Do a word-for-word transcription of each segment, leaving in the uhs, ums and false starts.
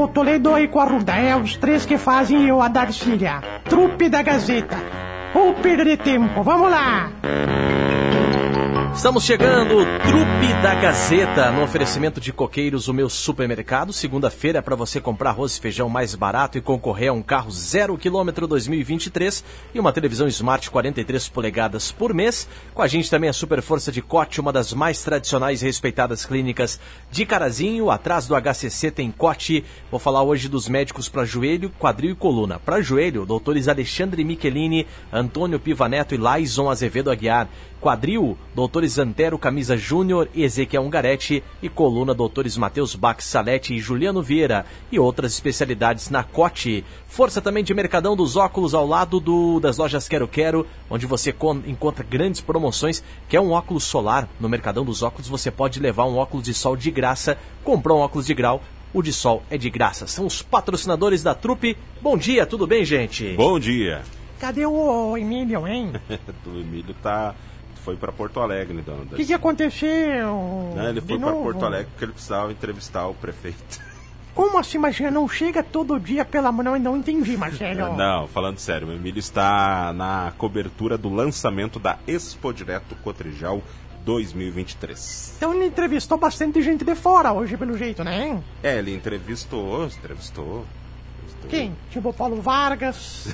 o Toledo e com a Ruda. É os três que fazem eu a Darcília. Trupe da Gazeta. Ou perder tempo. Vamos lá. Estamos chegando, Trupe da Gazeta, no oferecimento de Coqueiros, o meu supermercado. Segunda-feira é para você comprar arroz e feijão mais barato e concorrer a um carro zero quilômetro dois mil e vinte e três e uma televisão Smart quarenta e três polegadas por mês. Com a gente também a Super Força de Cote, uma das mais tradicionais e respeitadas clínicas de Carazinho. Atrás do H C C tem Cote. Vou falar hoje dos médicos para joelho, quadril e coluna. Para joelho, doutores Alexandre Michelini, Antônio Pivaneto e Laison Azevedo Aguiar. Quadril, doutores Antero Camisa Júnior e Ezequiel Ungaretti. E coluna, doutores Matheus Bax Salete e Juliano Vieira. E outras especialidades na Cote. Força também de Mercadão dos Óculos, ao lado do, das lojas Quero Quero, onde você con- encontra grandes promoções. Quer um óculos solar? No Mercadão dos Óculos você pode levar um óculos de sol de graça. Comprou um óculos de grau, o de sol é de graça. São os patrocinadores da Trupe. Bom dia, tudo bem, gente? Bom dia. Cadê o Emílio, hein? O Emílio tá... foi para Porto Alegre, né, dona? O que, que aconteceu? Não, ele foi para novo? Porto Alegre porque ele precisava entrevistar o prefeito. Como assim, Marcelo? Não chega todo dia pela manhã? Não, não entendi, Marcelo. Não, falando sério, o Emílio está na cobertura do lançamento da Expo Direto Cotrijal dois mil e vinte e três. Então ele entrevistou bastante gente de fora hoje, pelo jeito, né? É, ele entrevistou, entrevistou. entrevistou. Quem? Tipo o Paulo Vargas.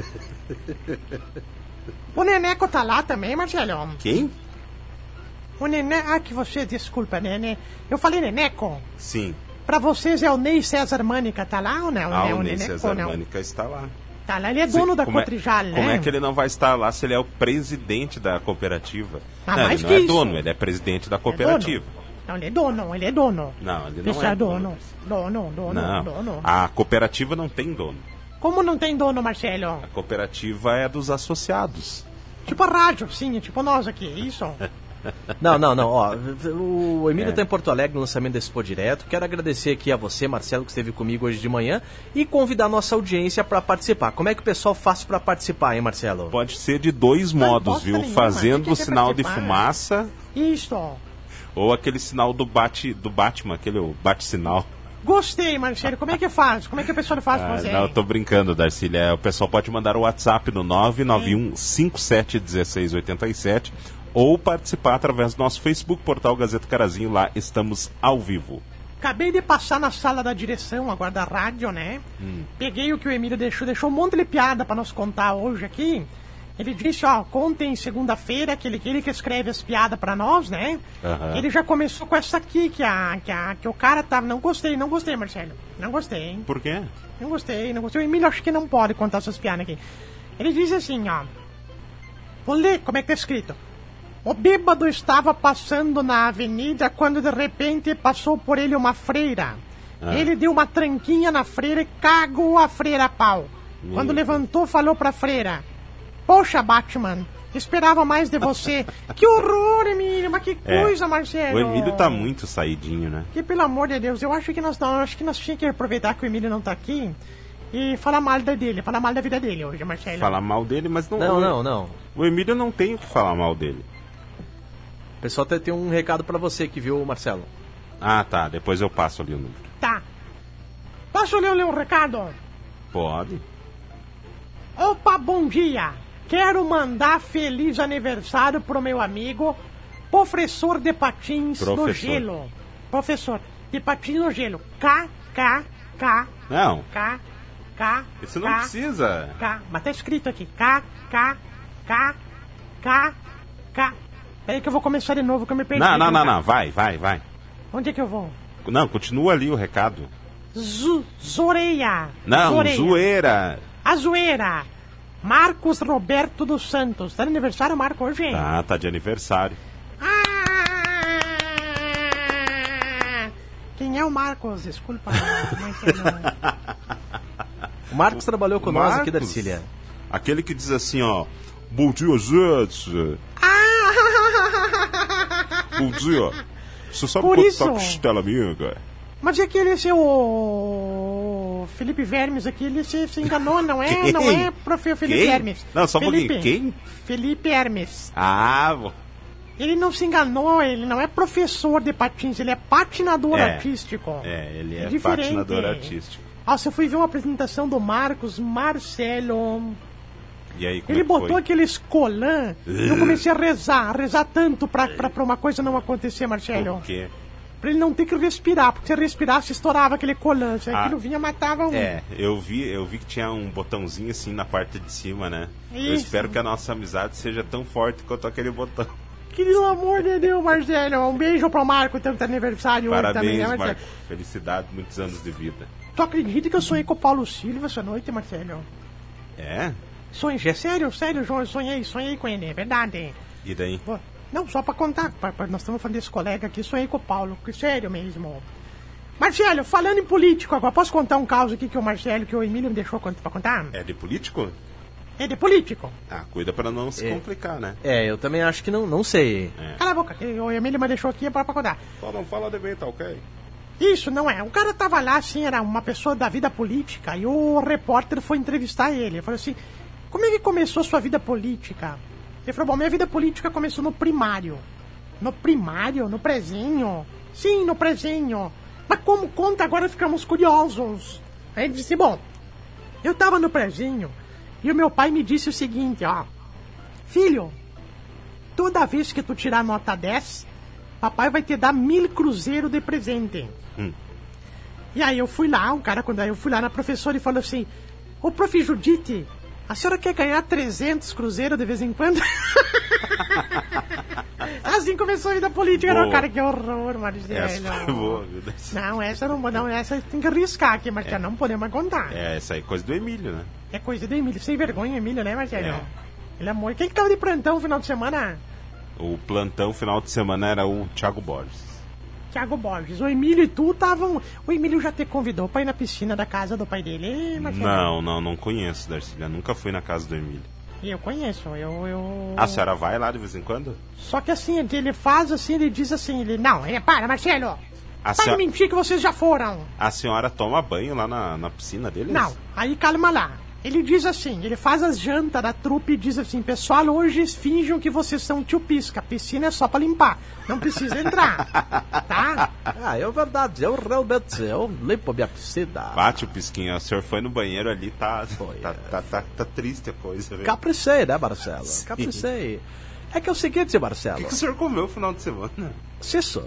O Neneco tá lá também, Marcelo? Quem? O Neneco... Ah, que você... Desculpa, Nene. Eu falei Neneco? Sim. Pra vocês é o Ney César Mânica, tá lá ou não? Ah, né? o Ney Neneco, César não? Mânica está lá. Tá lá, ele é dono Sim, da como Cotrijal, é, né? Como é que ele não vai estar lá se ele é o presidente da cooperativa? Ah, não, mais ele que não é isso. dono, ele é presidente da É cooperativa. dono. Não, ele é dono, ele é dono. Não, ele não Esse é é dono. dono. Dono, dono, Não, dono. a cooperativa não tem dono. Como não tem dono, Marcelo? A cooperativa é dos associados. Tipo a rádio, sim, é tipo nós aqui, isso? Não, não, não. Ó, o Emílio É. está em Porto Alegre no lançamento desse Expo Direto. Quero agradecer aqui a você, Marcelo, que esteve comigo hoje de manhã, e convidar a nossa audiência para participar. Como é que o pessoal faz para participar, hein, Marcelo? Pode ser de dois Não modos, bosta viu? nenhuma, Fazendo quem o quer sinal de participar? fumaça Isso. ou aquele sinal do bate do Batman, aquele o bate-sinal. Gostei, Marcelo. Como é que faz? Como é que a pessoa faz pra Ah, você? não, eu tô brincando, Darcília. O pessoal pode mandar o WhatsApp no nove nove um cinco sete um seis oito sete ou participar através do nosso Facebook, Portal Gazeta Carazinho. Lá estamos ao vivo. Acabei de passar na sala da direção, agora da rádio, né? Hum. Peguei o que o Emílio deixou, deixou um monte de piada pra nós contar hoje aqui. Ele disse, ó, contem segunda-feira, que ele, ele que escreve as piadas pra nós, né? Aham. Ele já começou com essa aqui, que, a, que, a, que o cara tá... Não gostei, não gostei, Marcelo. Não gostei, hein? Por quê? Não gostei, não gostei. O Emílio acho que não pode contar essas piadas aqui. Ele diz assim, ó. Vou ler como é que tá escrito. O bêbado estava passando na avenida quando de repente passou por ele uma freira. Ah. Ele deu uma tranquinha na freira e cagou a freira a pau. Meu Quando Deus. levantou, falou pra freira: Poxa, Batman, esperava mais de você. Que horror, Emílio, mas que É. coisa, Marcelo. O Emílio tá muito saidinho, né? Que pelo amor de Deus, eu acho que nós não, eu acho que nós tínhamos que aproveitar que o Emílio não tá aqui e falar mal da dele, falar mal da vida dele hoje, Marcelo. Falar mal dele, mas não... Não, o, não, não. O Emílio não tem o que falar mal dele. O pessoal tem, tem um recado para você que viu, Marcelo. Ah, tá. Depois eu passo ali o número. Tá. Posso ler, ler um recado? Pode. Opa, bom dia. Quero mandar feliz aniversário pro meu amigo, professor de patins Professor. no gelo. Professor de patins no gelo. K, K, K, Não, K, K, isso não K, precisa. K. Mas tá escrito aqui. K, K, K, K, K. Peraí que eu vou começar de novo que eu me perdi. Não, não, no não, K. não. Vai, vai, vai. Onde é que eu vou? Não, continua ali o recado. Zu, zoreia. Não, Zoreia. zoeira. A zoeira. Marcos Roberto dos Santos. Tá de aniversário, Marco, hoje, hein? Ah, tá de aniversário. Ah! Quem é o Marcos? Desculpa. Não entendo. O Marcos trabalhou com nós aqui, Marcos? Darcília. Aquele que diz assim, ó. Bom dia, gente. Ah! Bom dia. Você sabe Por quanto isso- tá a costela amiga? Mas é que ele, seu Felipe Vermes aqui, ele se, se enganou, não é? Quem? Não é, prof. Felipe Quem? Hermes. Não, só um Felipe. pouquinho. Quem? Felipe Hermes. Ah, vo- Ele não se enganou, ele não é professor de patins, ele é patinador É. artístico. É, ele é, diferente. patinador artístico. Nossa, eu fui ver uma apresentação do Marcos Marcelo. E aí, como Ele é que botou foi? aqueles colã e eu comecei a rezar, a rezar tanto pra, pra, pra uma coisa não acontecer, Marcelo. Por quê? Pra ele não ter que respirar, porque se ele respirasse, estourava aquele colã. Se Ah. aquilo vinha, matava um. É, eu vi, eu vi que tinha um botãozinho assim na parte de cima, né? Eu Isso. espero que a nossa amizade seja tão forte quanto aquele botão. Que pelo amor de Deus, Marcelo. Um beijo pro Marco, tanto aniversário hoje também, Parabéns, né, Marcelo? Marco. Felicidade, muitos anos de vida. Tu acredita que eu sonhei com o Paulo Silva essa noite, Marcelo? É? Sonhei, é sério, sério, João, eu sonhei, sonhei com ele, é verdade. E daí? Pô, não, só pra contar, pra, pra- nós estamos falando desse colega aqui, sonhei com o Paulo, que sério mesmo. Marcelo, falando em político agora, posso contar um caso aqui que o Marcelo, que o Emílio me deixou cont- pra contar? É de político? É de político. Ah, cuida pra não se É. complicar, né? É, eu também acho que não, não sei. Cala a boca, que o Emílio me deixou aqui pra, pra contar. Só não fala de mim, tá ok? Isso, não é. O cara tava lá, assim, era uma pessoa da vida política, e o repórter foi entrevistar ele. Ele falou assim, como é que começou a sua vida política? Ele falou, bom, minha vida política começou no primário. No primário? No prezinho? Sim, no prezinho. Mas como conta, agora ficamos curiosos. Aí ele disse, bom, eu tava no prezinho, e o meu pai me disse o seguinte, ó. Filho, toda vez que tu tirar nota dez, papai vai te dar mil cruzeiros de presente. Hum. E aí eu fui lá, um cara, quando eu fui lá na professora e falou assim, ô prof. Judite, a senhora quer ganhar trezentos cruzeiros de vez em quando? Assim começou a vida política, Boa. não, cara, que horror, Marcelo. Essa foi boa, meu Deus. Não, essa não, não, essa tem que arriscar aqui, Marcelo, não podemos contar. É, essa aí é coisa do Emílio, né? É coisa do Emílio, sem vergonha, Emílio, né, Marcelo? É. Ele é amor. Quem que tava de plantão no final de semana? O plantão final de semana era o Thiago Borges. Thiago Borges. O Emílio e tu estavam... O Emílio já te convidou pra ir na piscina da casa do pai dele, hein, Marcelo? Não, não, não conheço, Darcília. Nunca fui na casa do Emílio. Eu conheço, eu... eu... A senhora vai lá de vez em quando? Só que assim, ele faz assim, ele diz assim, ele... Não, é, para, Marcelo! A, Para senhora, de mentir que vocês já foram! a senhora toma banho lá na, na piscina deles? Não, aí calma lá. Ele diz assim, ele faz as jantas da trupe e diz assim, pessoal, hoje finjam que vocês são tio Pisca, piscina é só pra limpar, não precisa entrar, tá? Ah, é verdade, eu realmente, eu limpo minha piscina. Bate o pisquinho, o senhor foi no banheiro ali, tá, Foi, tá, é. tá, tá, tá triste a coisa, velho. Capricei, né, Marcelo? Capricei. É que é o seguinte, O Marcelo. que, que o senhor comeu no final de semana? Cisso.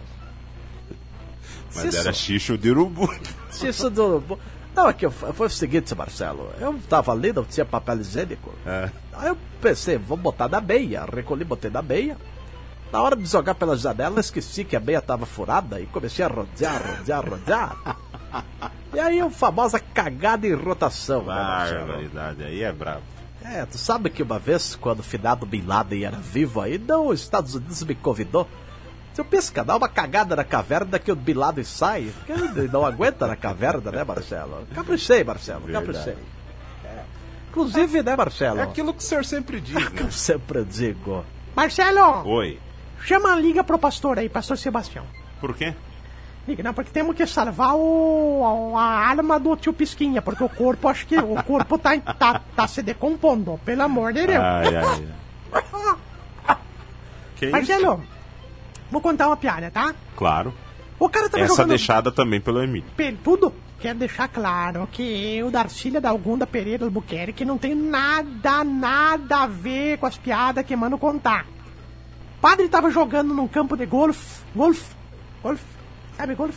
Mas Cisso. era xixo de urubu. Cisso do... Não, é que eu- foi o seguinte, Marcelo. Eu tava ali, não tinha papel higiênico. É. Aí eu pensei, vou botar na meia. Recolhi, botei na meia. Na hora de jogar pela janela, esqueci que a meia tava furada e comecei a rodear, rodear, rodear. E aí, a famosa cagada em rotação, né, Marcelo? Barbaridade, aí é brabo. É, tu sabe que uma vez, quando o finado Bin Laden era vivo ainda, os Estados Unidos me convidou. Seu Pisca, dá uma cagada na caverna que o Bin Laden sai. Porque ele não aguenta na caverna, né, Marcelo? Caprichei, Marcelo, Verdade. caprichei. É. Inclusive, né, Marcelo? É aquilo que o senhor sempre diz, que né? eu sempre digo. Marcelo, Oi. chama, liga pro pastor aí, pastor Sebastião. Por quê? Liga, não, porque temos que salvar o, a alma do tio Pisquinha, porque o corpo, acho que o corpo tá, em- tá, tá se decompondo, pelo amor de Deus. Ai, ai, ai. Que Marcelo, isso? vou contar uma piada, tá? Claro. O cara tava Essa jogando... deixada também pelo Emílio. Pe- Tudo. Quero deixar claro que eu, Darcília Dalgunda Pereira Albuquerque, não tenho nada, nada a ver com as piadas que mano contar. O padre tava jogando num campo de golfe, golfe, golfe, sabe golfe?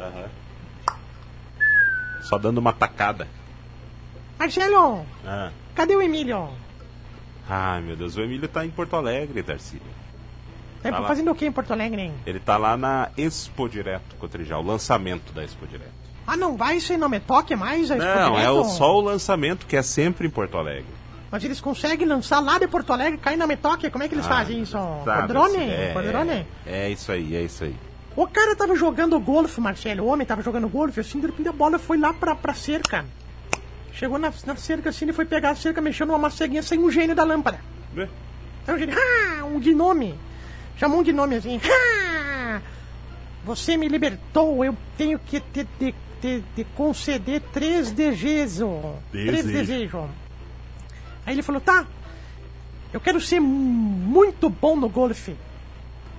Só dando uma tacada. Marcelo, Ah. cadê o Emílio? Ai, meu Deus, o Emílio tá em Porto Alegre, Darcília. Tá Tá lá. fazendo o que em Porto Alegre, hein? Ele tá lá na Expo Direto, Cotrijal, o lançamento da Expo Direto. Ah, não vai isso aí, não me toque mais? a Expo Não, é Direto? o, só o lançamento, que é sempre em Porto Alegre. Mas eles conseguem lançar lá de Porto Alegre, cair na Metoque? Como é que eles fazem isso? Tá, Por drone? Darcy, é, Por drone? É, é isso aí, é isso aí. O cara tava jogando golfe, Marcelo. O homem tava jogando golfe, assim, de repente a bola foi lá pra, pra cerca. Chegou na, na cerca assim, ele foi pegar a cerca, mexeu numa maceguinha, saiu um gênio da lâmpada. Vê? Aí um gênio, ah, um gnome. Chamou um gnome assim, ah, você me libertou, eu tenho que te, te, te, te conceder três desejos. Três Desejo. desejos. Aí ele falou, tá, eu quero ser muito bom no golfe.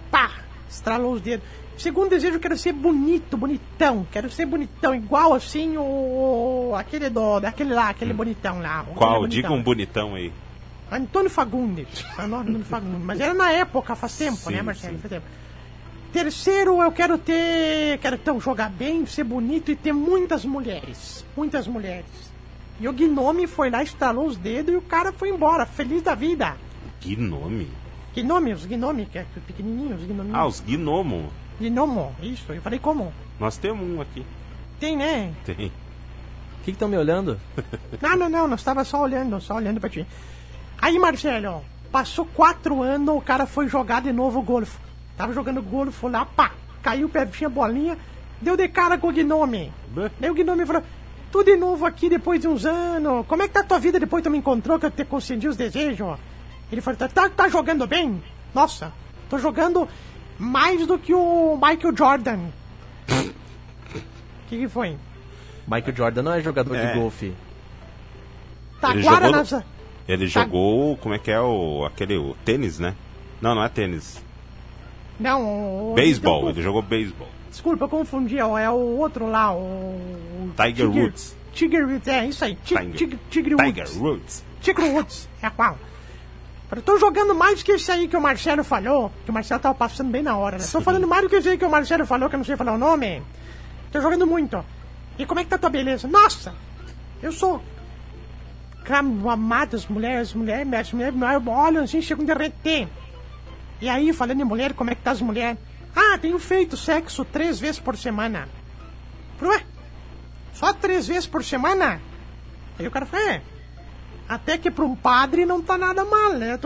Estralou os dedos. Segundo desejo, eu quero ser bonito, bonitão. Quero ser bonitão, igual assim o... Aquele do... Aquele lá, aquele hum. bonitão lá. Qual? Bonitão. Diga um bonitão aí. Antônio Fagundes. Antônio Fagundes. Mas era na época, faz tempo, sim, né, Marcelo? sim. Faz tempo. Terceiro, eu quero ter... Quero então jogar bem, ser bonito e ter muitas mulheres. Muitas mulheres. E o Gnome foi lá, estalou os dedos e o cara foi embora, feliz da vida. Gnome? Gnome, os Gnome, que é pequenininhos, os Gnominhos. Ah, os Gnomo. Gnomo, isso, eu falei como? Nós temos um aqui. Tem, né? Tem. O que estão me olhando? Não, não, não, nós estava só olhando, só olhando pra ti. Aí, Marcelo, passou quatro anos, o cara foi jogar de novo golfe. Tava jogando golfe lá, pá, caiu, tinha bolinha, deu de cara com o Gnome. Bê? Daí o Gnome falou, tu de novo aqui depois de uns anos, como é que tá a tua vida depois que tu me encontrou, que eu te concedi os desejos? Ele falou, tá, tá, tá jogando bem? Nossa, tô jogando mais do que o Michael Jordan. O que, que foi? Michael Jordan não é jogador É. de golfe. Tá, Ele agora jogou, nós... no... Ele Tá. jogou, como é que é o aquele o tênis, né? Não, não é tênis. Não, o... Beisebol, então, ele jogou beisebol. Desculpa, eu confundi, ó, é o outro lá, o... Tiger Woods. Tiger Woods, é isso aí, Ti- Tiger. Tig- Tigre Woods. Tiger Woods. Tigre Woods, é qual? Eu tô jogando mais que esse aí que o Marcelo falou, que o Marcelo tava passando bem na hora, né? Tô falando mais do que esse aí que o Marcelo falou, que eu não sei falar o nome. Tô jogando muito. E como é que tá a tua beleza? Nossa, eu sou... amado, as mulheres, as mulheres, as mulheres olham assim, chegam a derreter. E aí, falando em mulher, como é que tá as mulheres? Ah, tenho feito sexo três vezes por semana. Ué, só três vezes por semana? Aí o cara fala, é, até que pra um padre não tá nada mal, né?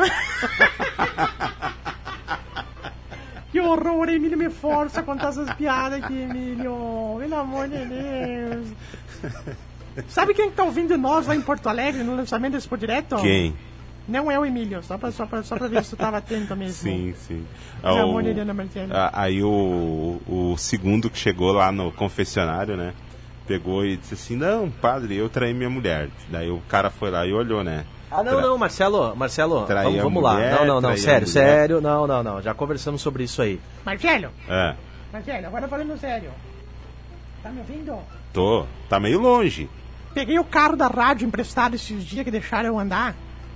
Que horror, Emílio, me força a contar essas piadas aqui, Emílio. Pelo amor de Deus. Sabe quem que tá ouvindo nós lá em Porto Alegre no lançamento desse Por Direto? Quem? Não é o Emílio, só pra, só pra, só pra ver se tu tava atento mesmo. Sim, sim. Pelo Ah, amor o- de Deus, Marcelo. ah, Aí o, o segundo que chegou lá no confessionário, né? Pegou e disse assim, não, padre, eu traí minha mulher. Daí o cara foi lá e olhou, né? Ah, não, Tra- não, Marcelo, Marcelo, Trair vamos, a vamos mulher, lá. Não, não, não, trair a sério, mulher. sério, não, não, não, já conversamos sobre isso aí. Marcelo, É, Marcelo, agora falando sério. Tá me ouvindo? tô. Tá meio longe. Peguei o carro da rádio emprestado esses dias que deixaram eu andar.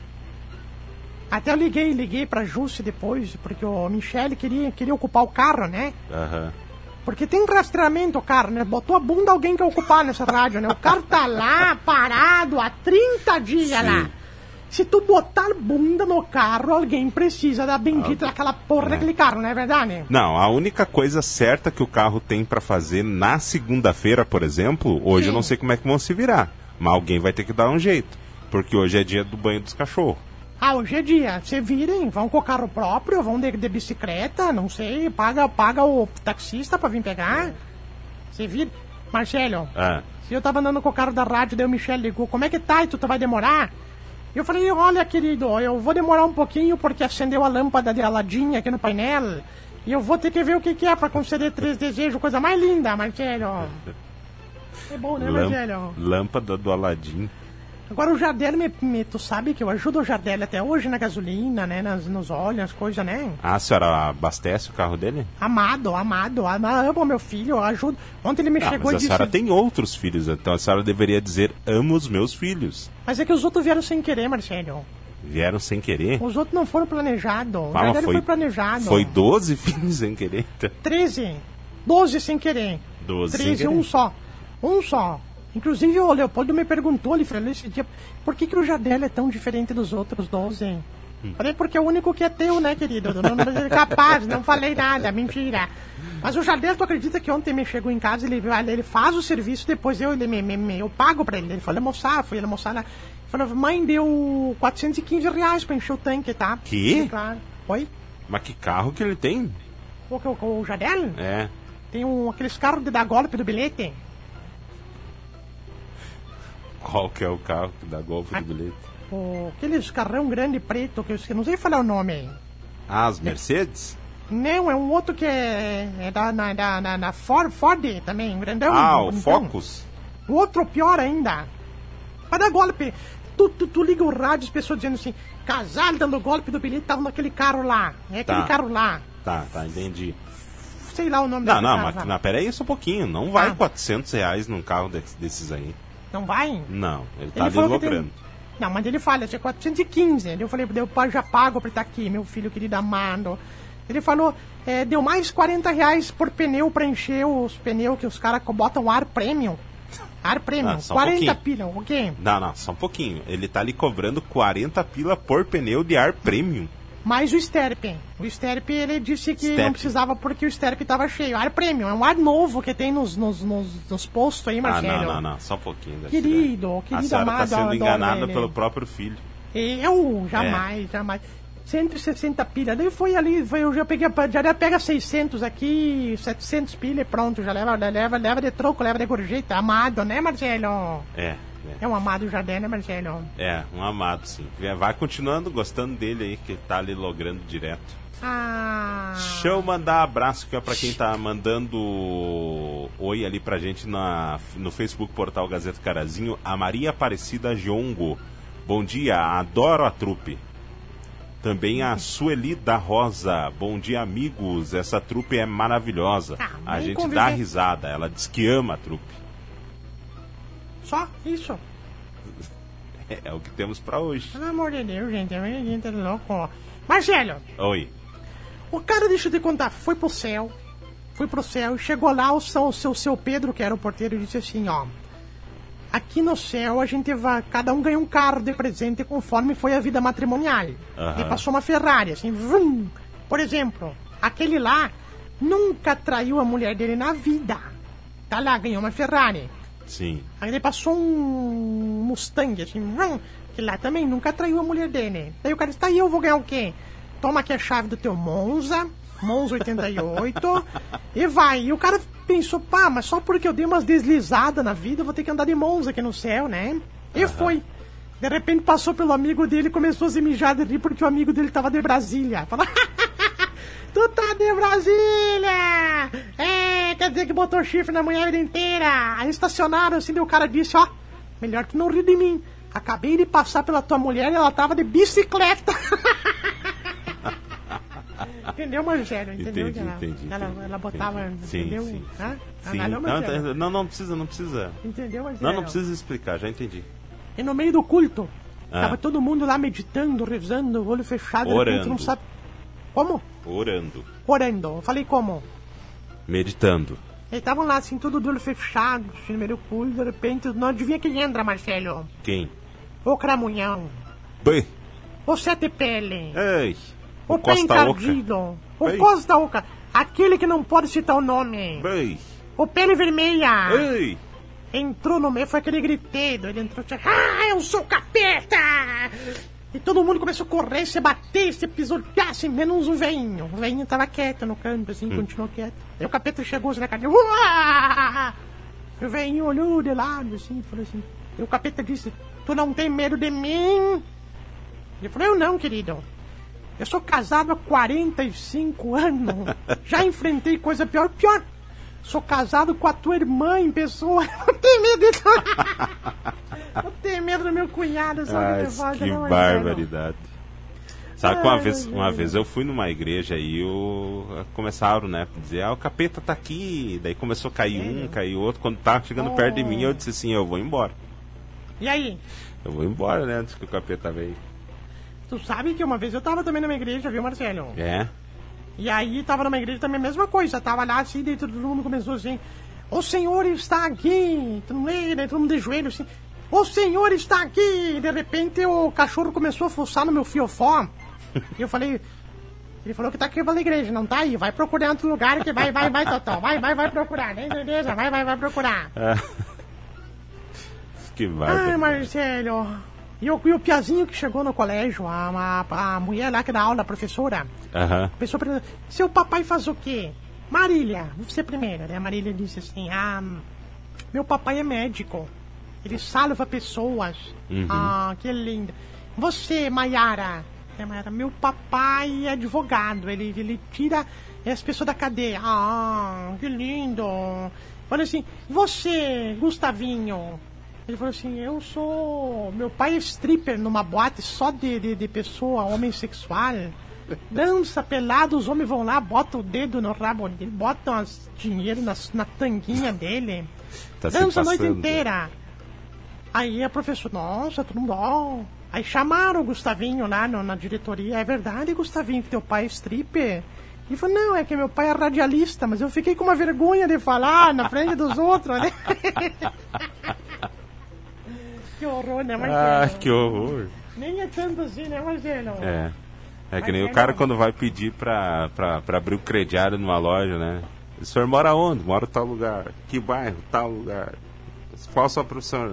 Até eu liguei, liguei pra Júcia depois, porque o Michele queria, queria ocupar o carro, né? Aham. Porque tem rastreamento o carro, né? Botou a bunda alguém quer ocupar nessa rádio, né? O carro tá lá, parado, há trinta dias Sim. lá. Se tu botar bunda no carro, alguém precisa da bendita daquela porra É. daquele carro, não é verdade? Não, a única coisa certa que o carro tem pra fazer na segunda-feira, por exemplo, hoje Sim. eu não sei como é que vão se virar, mas alguém vai ter que dar um jeito, porque hoje é dia do banho dos cachorros. Ah, hoje é dia. Você virem, vão com o carro próprio, vão de, de bicicleta, não sei, paga, paga o taxista pra vir pegar. Você vira. Marcelo, Ah, se eu tava andando com o carro da rádio, daí o Michel ligou, como é que tá? E tu vai demorar? Eu falei, olha, querido, eu vou demorar um pouquinho porque acendeu a lâmpada de Aladim aqui no painel. E eu vou ter que ver o que, que é pra conceder três desejos, coisa mais linda, Marcelo. É bom, né, lâmp- Marcelo? lâmpada do Aladim. Agora o Jardel, me, me, tu sabe que eu ajudo o Jardel até hoje na gasolina, né? Nas, nos óleos, as coisas, né? Ah, a senhora abastece o carro dele? Amado, amado, amado, amo meu filho, eu ajudo. Ontem ele me Ah, chegou mas e a disse... senhora tem outros filhos, então a senhora deveria dizer, amo os meus filhos. Mas é que os outros vieram sem querer, Marcelo. Vieram sem querer? Os outros não foram planejados. O Ah, mas Jardel foi, planejado. Foi doze filhos sem querer? Então. treze. doze sem querer. doze sem treze, querer. um só. Um só. Inclusive o Leopoldo me perguntou, ele falou esse dia, por que, que o Jardel é tão diferente dos outros doze? Hum. Falei, porque é o único que é teu, né, querido? Não, não é capaz, não falei nada, mentira. Mas o Jardel, tu acredita que ontem me chegou em casa, ele, ele faz o serviço, depois eu, ele me, me, me- eu pago pra ele. Ele foi almoçar, fui almoçar lá. Ele falou, mãe, deu quatrocentos e quinze reais pra encher o tanque, tá? Que? Sim, claro. Oi? Mas que carro que ele tem? O, o, o Jardel? É. Tem um, aqueles carros de dar golpe do bilhete. Qual que é o carro que dá golpe do bilhete? O, aqueles carrão grande preto, que eu esque- não sei falar o nome. Ah, as Mercedes? Não, é um outro que é, é da, na, da, na, na Ford, Ford também, um grandão. Ah, o bonitão. Focus? O outro pior ainda. Pra dar golpe. Tu, tu, tu liga o rádio, as pessoas dizendo assim, casal dando golpe do bilhete, tava naquele carro lá. É aquele Tá. carro lá. Tá, tá, entendi. sei lá o nome Não, desse não, carro. mas não, pera aí só um pouquinho. Não vai Ah. quatrocentos reais num carro desse- desses aí. Não vai? Não, ele tá Ele ali falou que logrando. tem- Não, mas ele fala, tinha quatrocentos e quinze. Eu falei, eu já pago pra estar aqui, meu filho querido amado. Ele falou, é, deu mais quarenta reais por pneu pra encher os pneus que os caras botam ar premium. Ar premium, Ah, só um quarenta pouquinho. pila, o quê? Não, não, só um pouquinho. Ele tá ali cobrando quarenta pila por pneu de ar premium. Mais o Sterp. O Sterp, ele disse que Sterp. não precisava porque o Sterp tava cheio. Ar premium, é um ar novo que tem nos, nos, nos, nos postos aí, Ah, Marcelo. não, não, não, só um pouquinho. Darcy. Querido, A querido senhora amado, tá sendo adoro enganada ele. pelo próprio filho. Eu, jamais, jamais. cento e sessenta pilha. Daí foi ali, foi, eu já peguei, já pega seiscentos aqui, setecentos pilha e pronto, já leva, leva, leva de troco, leva de gorjeta. Amado, né, Marcelo? É, É um amado jardim, né, Marcelo? é, é, um amado, sim. Vai continuando gostando dele aí, que tá ali logrando direto. Ah. Deixa eu mandar abraço aqui ó, pra quem tá mandando oi ali pra gente na, no Facebook Portal Gazeta Carazinho, a Maria Aparecida Jongo. Bom dia, adoro a trupe. Também a Sueli da Rosa. Bom dia, amigos. Essa trupe é maravilhosa. Ah, a nem gente conviver- dá risada. Ela diz que ama a trupe. Só isso. É, é o que temos pra hoje. Pelo amor de Deus, gente, a gente é louco. Marcelo, Oi. o cara, deixa eu te contar, foi pro céu, foi pro céu, chegou lá o seu, o seu, seu Pedro, que era o porteiro, e disse assim, ó, aqui no céu a gente vai, cada um ganha um carro de presente conforme foi a vida matrimonial. Aham. E passou uma Ferrari, assim, vrum. Por exemplo, aquele lá nunca traiu a mulher dele na vida. Tá lá, ganhou uma Ferrari. Sim. Aí ele passou um Mustang, assim, vrum, que lá também nunca traiu a mulher dele. Daí o cara disse, tá aí, eu vou ganhar o quê? Toma aqui a chave do teu Monza, Monza oitenta e oito, e vai. E o cara pensou, pá, mas só porque eu dei umas deslizadas na vida, eu vou ter que andar de Monza aqui no céu, né? E foi. De repente passou pelo amigo dele e começou a se mijar de rir porque o amigo dele tava de Brasília. Falou, tu tá de Brasília! É, quer dizer que botou chifre na mulher a vida inteira. Aí estacionaram assim, daí o cara disse, ó, melhor tu não rir de mim. Acabei de passar pela tua mulher e ela tava de bicicleta. Entendeu, Marcelo? Entendeu? Entendi, ela, entendi, ela, entendi, ela botava, entendi. Sim, entendeu? sim, Hã? Sim. Agalhou, Não, Marcelo? tá- não, não precisa, não precisa. Entendeu, Marcelo? Não, não precisa explicar, já entendi. E no meio do culto, Ah. tava todo mundo lá meditando, rezando, olho fechado, de repente Orando. não sabe. Como? Orando. Orando. Eu falei como? Meditando. Eles estavam lá assim, tudo do olho fechado, assim, no meio do culto, de repente, não adivinha quem entra, Marcelo? Quem? O Cramunhão, Bem. o Sete Pele, Ei. o O Pé Costa Oca. Encardido, o Ei. Costa Oca, aquele que não pode citar o nome, Bem. o Pele Vermelha. Ei. Entrou no meio, foi aquele griteiro. Ele entrou e disse, ah, eu sou o capeta! E todo mundo começou a correr, se bater, se pisotear, assim, menos o veinho. O veinho tava quieto no canto, assim, continuou quieto. Aí o capeta chegou assim na cara, uá! E o veinho olhou de lado, assim, e falou assim. E o capeta disse, tu não tem medo de mim? Ele falou, eu não, querido. Eu sou casado há quarenta e cinco anos. Já enfrentei coisa pior. Pior, sou casado com a tua irmã em pessoa. Eu tenho medo de... Eu tenho medo do meu cunhado. Só Ai, que, faz, que não, barbaridade. Sabe que uma Ai, vez, meu uma Deus. vez eu fui numa igreja e o, começaram, né, a dizer, ah, o capeta tá aqui. Daí começou a cair um, cair outro. Quando tava chegando Oh. perto de mim, eu disse assim, eu vou embora. E aí? Eu vou embora, né, antes que o capeta veio. Tu sabe que uma vez eu tava também numa igreja, viu, Marcelo? É? E aí tava numa igreja também a mesma coisa. Tava lá assim, daí todo mundo começou assim, o Senhor está aqui. Todo mundo, daí todo mundo de joelho assim, o Senhor está aqui. E de repente o cachorro começou a fuçar no meu fiofó. E eu falei, ele falou que tá aqui pela igreja, não tá aí. Vai procurar em outro lugar que vai, vai, vai, Totó. Vai, vai, vai procurar, né, beleza? Vai, vai, vai procurar. Que Ai, barbaridade. Marcelo. E o, e o piazinho que chegou no colégio, a, a, a mulher lá que dá aula, a professora, Aham. a pessoa perguntou, seu papai faz o quê? Marília, você primeiro, né? A Marília disse assim, ah, meu papai é médico. Ele salva pessoas. Uhum. Ah, que lindo. Você, Maiara, é, Maiara, meu papai é advogado. Ele, ele tira as pessoas da cadeia. Ah, que lindo. Falei assim, você, Gustavinho. Ele falou assim, eu sou... Meu pai é stripper numa boate só de, de, de pessoa homossexual. Dança pelado, os homens vão lá, botam o dedo no rabo dele, botam as dinheiro na, na tanguinha dele. Tá se Dança a noite passando. inteira. Aí a professora, nossa, todo mundo, ó. Aí chamaram o Gustavinho lá no- na diretoria. É verdade, Gustavinho, que teu pai é stripper? Ele falou, não, é que meu pai é radialista, mas eu fiquei com uma vergonha de falar na frente dos outros, né? Que horror, né, Marcelo? Ah, que horror. Nem é tanto assim, né, Marcelo? É. É que Mas nem é o cara não. quando vai pedir pra, pra, pra abrir o crediário numa loja, né? O senhor mora onde? Mora em tal lugar. Que bairro? Tal lugar. Qual a sua profissão?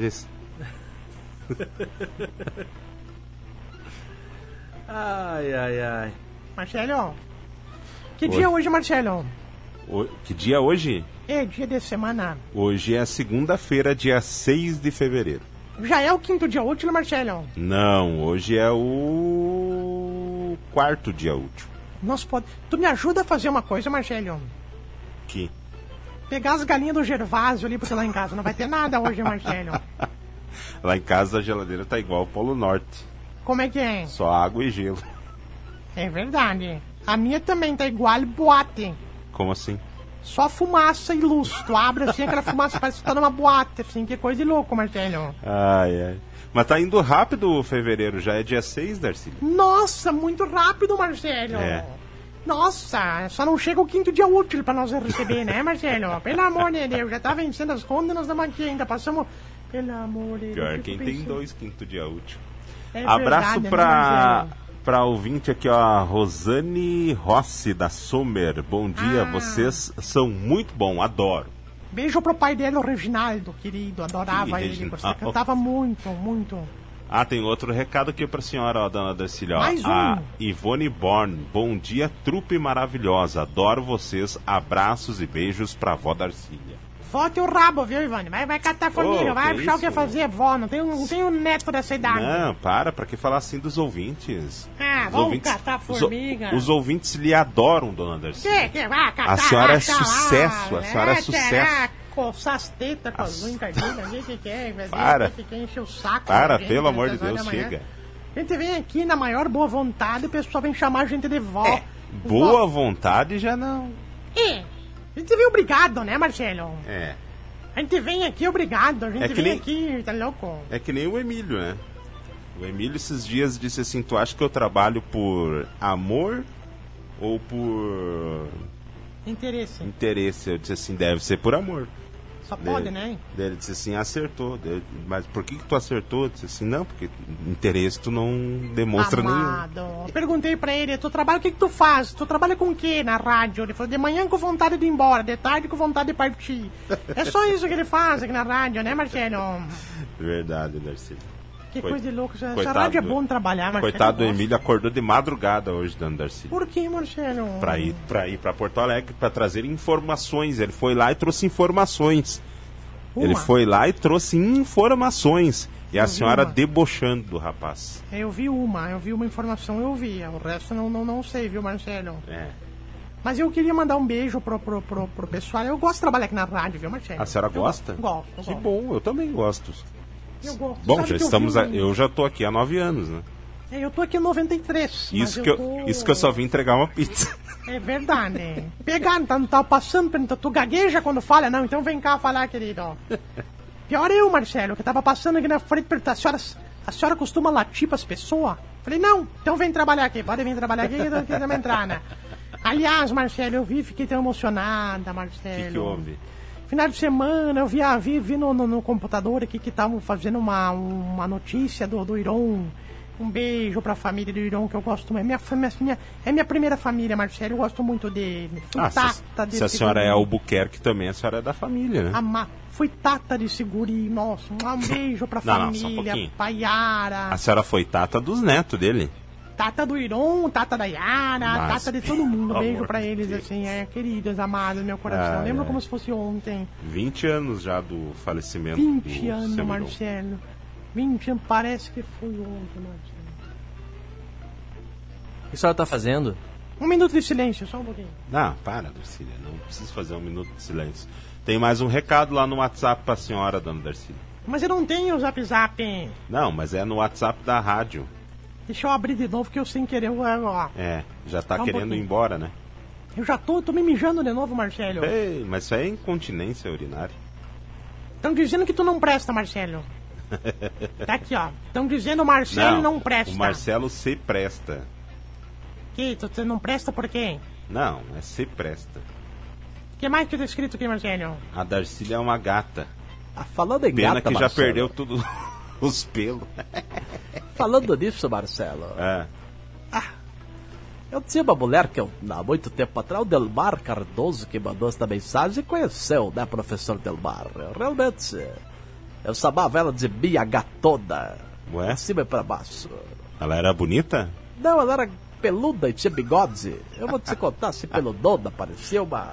Ai, ai, ai. Marcelo, que Oi. dia é hoje, Marcelo? O- Que dia é hoje? É dia de semana. Hoje é segunda-feira, dia seis de fevereiro. Já é o quinto dia útil, Marcelo? Não, hoje é o quarto dia útil. Nós pode... Tu me ajuda a fazer uma coisa, Marcelo? Que? Pegar as galinhas do Gervásio ali, porque lá em casa não vai ter nada hoje, Marcelo. Lá em casa a geladeira tá igual ao Polo Norte. Como é que é? Só água e gelo. É verdade. A minha também tá igual boate. Como assim? Só fumaça e luz. Tu abre assim, aquela fumaça parece que tá numa boate, assim. Que coisa de louco, Marcelo. Ai, ai. Mas tá indo rápido o fevereiro, já é dia seis, Darcy. Nossa, muito rápido, Marcelo. É. Nossa, só não chega o quinto dia útil pra nós receber, né, Marcelo? Pelo amor de Deus, já tá vencendo as contas, nós estamos aqui ainda, passamos... Pelo amor de Deus. Pior, o que quem tu tem pensou? dois quinto dia útil. É Abraço verdade, né, pra, Marcelo? pra ouvinte aqui, ó, Rosane Rossi, da Sommer. Bom dia, Ah. vocês são muito bom, adoro. Beijo pro pai dele, o Reginaldo, querido. Adorava Que ele. Reginaldo? Você cantava muito, muito. Ah, tem outro recado aqui pra senhora, ó, dona Darcília. ó. Mais um. A Ivone Born. Bom dia, trupe maravilhosa. Adoro vocês. Abraços e beijos pra vó Darcília. Vó teu rabo, viu, Ivone? Vai, vai catar formiga, Ô, vai que achar o que isso? fazer, vó. Não tem, um- não tem um neto dessa idade. Não, para, pra que falar assim dos ouvintes? Ah, Os vamos ouvintes- catar os o- formiga. Os, ouvintes lhe adoram, dona Darcília. Que, que vai catar, A senhora é acha lá, sucesso, a senhora é né? sucesso. Terá, coçar as tetas com as As- unhas encardidas, o que que é? Vai Para. dizer, que que enche o saco. Para, da gente pelo amor de nessas horas Deus, da manhã. chega. A gente vem aqui na maior boa vontade e o pessoal vem chamar a gente de vó. É, boa vontade já não. É, a gente vem obrigado, né, Marcelo? É. A gente vem aqui obrigado, a gente É que vem nem- aqui, tá louco? É que nem o Emílio, né? O Emílio esses dias disse assim, tu acha que eu trabalho por amor ou por Interesse. interesse? Eu disse assim, deve ser por amor. Só pode, Daí- né? daí ele disse assim, acertou. Daí eu- mas por que, que tu acertou? Eu disse assim, não, porque interesse tu não demonstra nenhum. Amado. Eu perguntei pra ele, tu trabalha, o que que tu faz? Tu trabalha com o que na rádio? Ele falou, de manhã com vontade de ir embora, de tarde com vontade de partir. É só isso que ele faz aqui na rádio, né, Marcelo? Verdade, Darcy. Que Coi- coisa de louco. Essa coitado rádio é do- bom trabalhar, Marcelo. Coitado do eu gosto. Emílio, acordou de madrugada hoje, dona Darcy. Por que, Marcelo? Pra ir, pra ir pra Porto Alegre, pra trazer informações. Ele foi lá e trouxe informações. Uma. Ele foi lá e trouxe informações. E a Eu vi senhora uma. debochando do rapaz. Eu vi uma, eu vi uma informação, eu vi. O resto não, não, não sei, viu, Marcelo? É. Mas eu queria mandar um beijo pro, pro, pro, pro pessoal. Eu gosto de trabalhar aqui na rádio, viu, Marcelo? A senhora Eu gosta? Gosto, eu Que gosto. bom, eu também gosto. Eu gosto. Bom, Sabe já que eu estamos. vi a- um- Eu já tô aqui há nove anos, né? É, eu tô aqui em noventa e três. mas Isso que eu, tô- isso que eu só vim entregar uma pizza. É verdade. Pegar, tá, não tá passando, pergunta, tu gagueja quando fala? Não, então vem cá falar, querido. Pior eu, Marcelo, que tava passando aqui na frente, perguntar, a senhora, a senhora costuma latir pras pessoas? Falei, não, então vem trabalhar aqui, pode vir trabalhar aqui que eu quero entrar, né? Aliás, Marcelo, eu vi, fiquei tão emocionada, O Marcelo. que, que houve? Final de semana, eu vi, ah, vi, vi no, no, no computador aqui que estavam fazendo uma, uma notícia do, do Iron. Um beijo pra família do Iron, que eu gosto muito. É minha, minha, minha, é minha primeira família, Marcelo, eu gosto muito dele. Fui Ah, se, tata se a desse senhora é guri. Albuquerque também, a senhora é da família, né? Ama- Fui tata desse guri, nossa, um beijo pra Não, não, só um família, pouquinho. pra Yara, A senhora foi tata dos netos dele. tata do Iron, tata da Yara, Mas, tata de todo mundo. pelo Beijo amor pra de eles, Deus. assim, é, queridos, amados, meu coração. Ai, Lembro ai. como se fosse ontem. vinte anos já do falecimento vinte do anos, seu Iron. Marcelo. vinte anos, parece que foi ontem, Marcelo. O que a senhora tá fazendo? Um minuto de silêncio, só um pouquinho. Não, para, Darcília, não preciso fazer um minuto de silêncio. Tem mais um recado lá no WhatsApp pra senhora, dona Darcília. Mas eu não tenho o zap zap. Não, mas é no WhatsApp da rádio. Deixa eu abrir de novo que eu sem querer, ó. É, já tá Só um querendo ir pouquinho. embora, né? Eu já tô, tô me mijando de novo, Marcelo. Ei, mas isso aí é incontinência urinária. Estão dizendo que tu não presta, Marcelo. Tá aqui, ó. Estão dizendo o Marcelo não, presta. O Marcelo se presta. Que? Tu, tu não presta por quê? Não, é se presta. O que mais que tá escrito aqui, Marcelo? A Darcília é uma gata. Ah, falando em Pena gata, que já Marcelo. perdeu tudo os pelos. Falando nisso, Marcelo. É. Eu tinha uma mulher que eu, há muito tempo atrás, o Delmar Cardoso, que mandou essa mensagem e conheceu, né, professor Delmar? Eu, realmente, eu chamava ela de minha gatona. Ué? Acima e pra baixo. Ela era bonita? Não, ela era peluda e tinha bigode. Eu vou te contar, se peludona, parecia uma...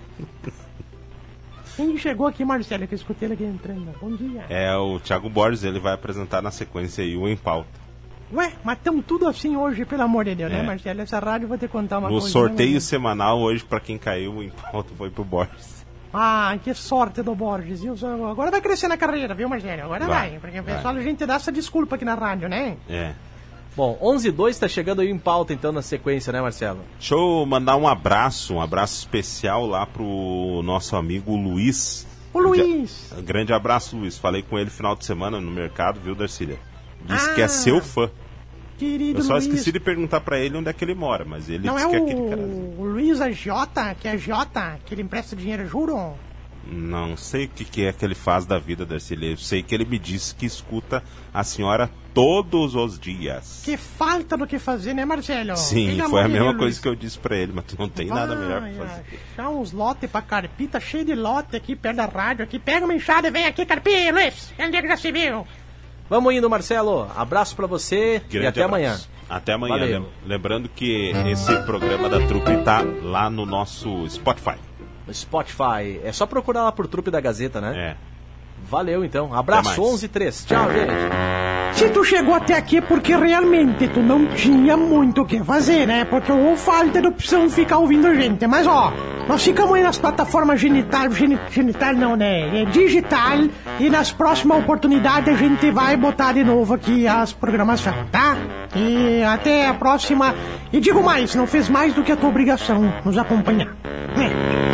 Quem chegou aqui, Marcelo, que eu escutei ele aqui entrando? Bom dia. É o Thiago Borges, ele vai apresentar na sequência aí o Em Pauta. Ué, mas estamos tudo assim hoje, pelo amor de Deus, É. né, Marcelo? Essa rádio eu vou te contar uma No coisa. sorteio né? semanal hoje, pra quem caiu, o Em Pauta foi pro Borges. Ah, que sorte do Borges, viu? Agora vai crescer na carreira, viu, Marcelo? Agora vai, Vai, porque o vai. pessoal, a gente dá essa desculpa aqui na rádio, né? É. Bom, onze e dois tá chegando aí em pauta, então, na sequência, né, Marcelo? Deixa eu mandar um abraço, um abraço especial lá pro nosso amigo Luiz. Ô, Luiz! Um grande abraço, Luiz. Falei com ele final de semana no mercado, viu, Darcília? Disse Ah. que é seu fã. Querido Eu só Luiz. esqueci de perguntar pra ele onde é que ele mora, mas ele Não disse é que é o, aquele cara. o Luiz Agiota, que é Agiota, que ele empresta dinheiro, juro? Não sei o que, que é que ele faz da vida, Darcília. Eu sei que ele me disse que escuta a senhora todos os dias. Que falta do que fazer, né, Marcelo? Sim, Pelo foi a amor de mesma Deus, coisa Luiz. que eu disse pra ele, mas tu não tem nada melhor pra fazer. Achar uns lotes pra carpita, cheio de lote aqui perto da rádio. Aqui, pega uma enxada e vem aqui, carpi, Luiz. Onde é que já se viu? Vamos indo, Marcelo. Abraço pra você Grande e até abraço. amanhã. Até amanhã. Valeu. Lem- Lembrando que esse programa da Trupe tá lá no nosso Spotify. No Spotify. É só procurar lá por Trupe da Gazeta, né? É. Valeu, então. Até Abraço, mais. onze e três. Tchau, gente. Se tu chegou até aqui é porque realmente tu não tinha muito o que fazer, né? Porque ou falta de opção ficar ouvindo a gente. Mas ó, nós ficamos aí nas plataformas genital, geni- genital não, né? É digital. E nas próximas oportunidades a gente vai botar de novo aqui as programações, tá? E até a próxima. E digo mais, não fez mais do que a tua obrigação nos acompanhar. É.